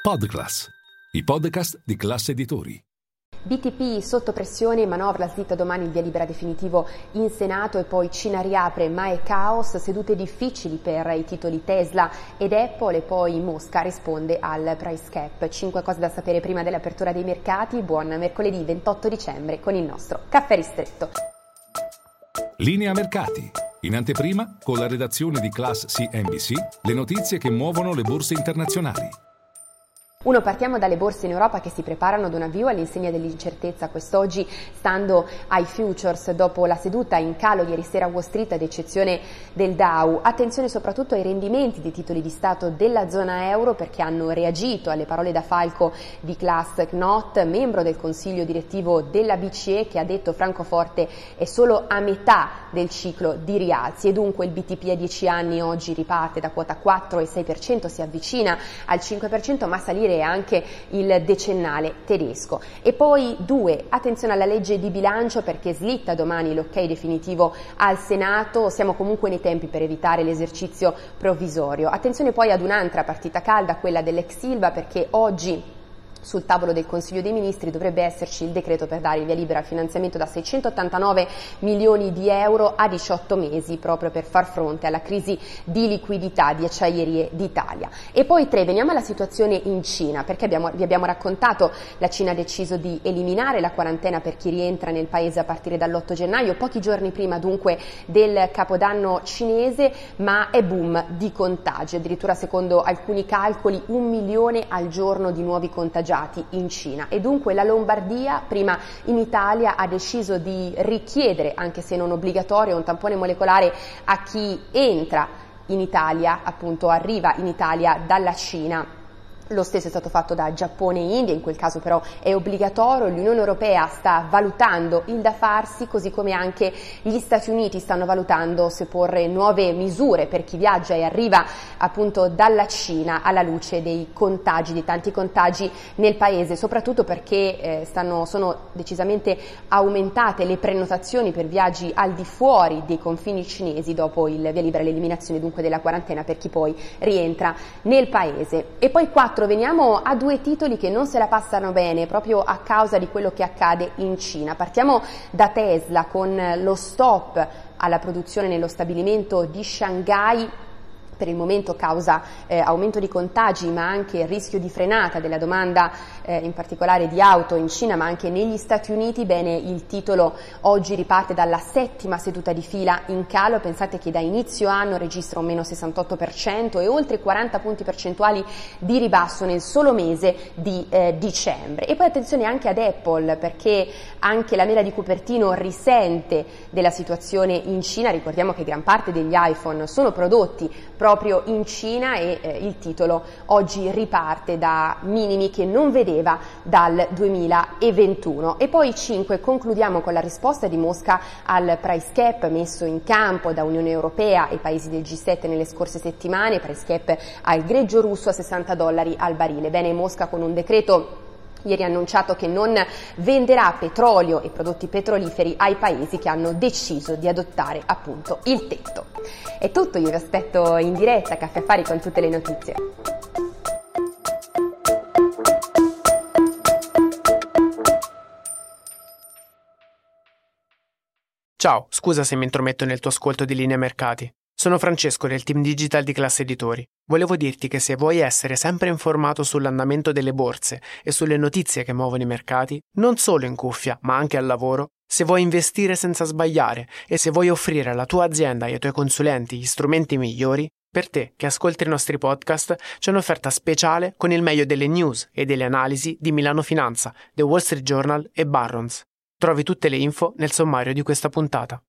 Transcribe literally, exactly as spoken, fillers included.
Podclass, i podcast di Class Editori. B T P sotto pressione, manovra slitta domani il via libera definitivo in Senato e poi Cina riapre ma è caos, sedute difficili per i titoli Tesla ed Apple e poi Mosca risponde al price cap. Cinque cose da sapere prima dell'apertura dei mercati. Buon mercoledì ventotto dicembre con il nostro caffè ristretto. Linea mercati. In anteprima, con la redazione di Class C N B C, le notizie che muovono le borse internazionali. Uno, partiamo dalle borse in Europa che si preparano ad un avvio all'insegna dell'incertezza quest'oggi, stando ai futures dopo la seduta in calo ieri sera a Wall Street ad eccezione del Dow. Attenzione soprattutto ai rendimenti dei titoli di Stato della zona euro perché hanno reagito alle parole da falco di Klaas Knot, membro del consiglio direttivo della B C E, che ha detto Francoforte è solo a metà del ciclo di rialzi e dunque il B T P a dieci anni oggi riparte da quota quattro virgola sei per cento, si avvicina al cinque per cento ma salire e anche il decennale tedesco. E poi due, attenzione alla legge di bilancio perché slitta domani l'ok definitivo al Senato, siamo comunque nei tempi per evitare l'esercizio provvisorio. Attenzione poi ad un'altra partita calda, quella dell'ex Ilva, perché oggi sul tavolo del Consiglio dei Ministri dovrebbe esserci il decreto per dare il via libera al finanziamento da seicentottantanove milioni di euro a diciotto mesi proprio per far fronte alla crisi di liquidità di Acciaierie d'Italia. E poi tre, veniamo alla situazione in Cina perché abbiamo, vi abbiamo raccontato la Cina ha deciso di eliminare la quarantena per chi rientra nel paese a partire dall'otto gennaio, pochi giorni prima dunque del Capodanno cinese, ma è boom di contagi, addirittura secondo alcuni calcoli un milione al giorno di nuovi contagiati in Cina e dunque la Lombardia, prima in Italia, ha deciso di richiedere, anche se non obbligatorio, un tampone molecolare a chi entra in Italia, appunto arriva in Italia dalla Cina. Lo stesso è stato fatto da Giappone e India, in quel caso però è obbligatorio. L'Unione Europea sta valutando il da farsi, così come anche gli Stati Uniti stanno valutando se porre nuove misure per chi viaggia e arriva appunto dalla Cina alla luce dei contagi, di tanti contagi nel paese, soprattutto perché eh, stanno, sono decisamente aumentate le prenotazioni per viaggi al di fuori dei confini cinesi dopo il via libera, l'eliminazione dunque della quarantena per chi poi rientra nel paese. E poi quattro, veniamo a due titoli che non se la passano bene proprio a causa di quello che accade in Cina. Partiamo da Tesla con lo stop alla produzione nello stabilimento di Shanghai. Per il momento causa eh, aumento di contagi ma anche rischio di frenata della domanda eh, in particolare di auto in Cina ma anche negli Stati Uniti. Bene, il titolo oggi riparte dalla settima seduta di fila in calo, pensate che da inizio anno registra un meno sessantotto per cento e oltre quaranta punti percentuali di ribasso nel solo mese di eh, dicembre. E poi attenzione anche ad Apple perché anche la mela di Cupertino risente della situazione in Cina, ricordiamo che gran parte degli iPhone sono prodotti proprio proprio in Cina e eh, il titolo oggi riparte da minimi che non vedeva dal duemilaventuno. E poi cinque, concludiamo con la risposta di Mosca al price cap messo in campo da Unione Europea e paesi del G sette nelle scorse settimane, price cap al greggio russo a sessanta dollari al barile. Bene, Mosca con un decreto ieri ha annunciato che non venderà petrolio e prodotti petroliferi ai paesi che hanno deciso di adottare appunto il tetto. È tutto, io vi aspetto in diretta a Caffè Affari con tutte le notizie. Ciao, scusa se mi intrometto nel tuo ascolto di Linea Mercati. Sono Francesco del team digital di Class Editori. Volevo dirti che se vuoi essere sempre informato sull'andamento delle borse e sulle notizie che muovono i mercati, non solo in cuffia, ma anche al lavoro, se vuoi investire senza sbagliare e se vuoi offrire alla tua azienda e ai tuoi consulenti gli strumenti migliori, per te che ascolti i nostri podcast c'è un'offerta speciale con il meglio delle news e delle analisi di Milano Finanza, The Wall Street Journal e Barron's. Trovi tutte le info nel sommario di questa puntata.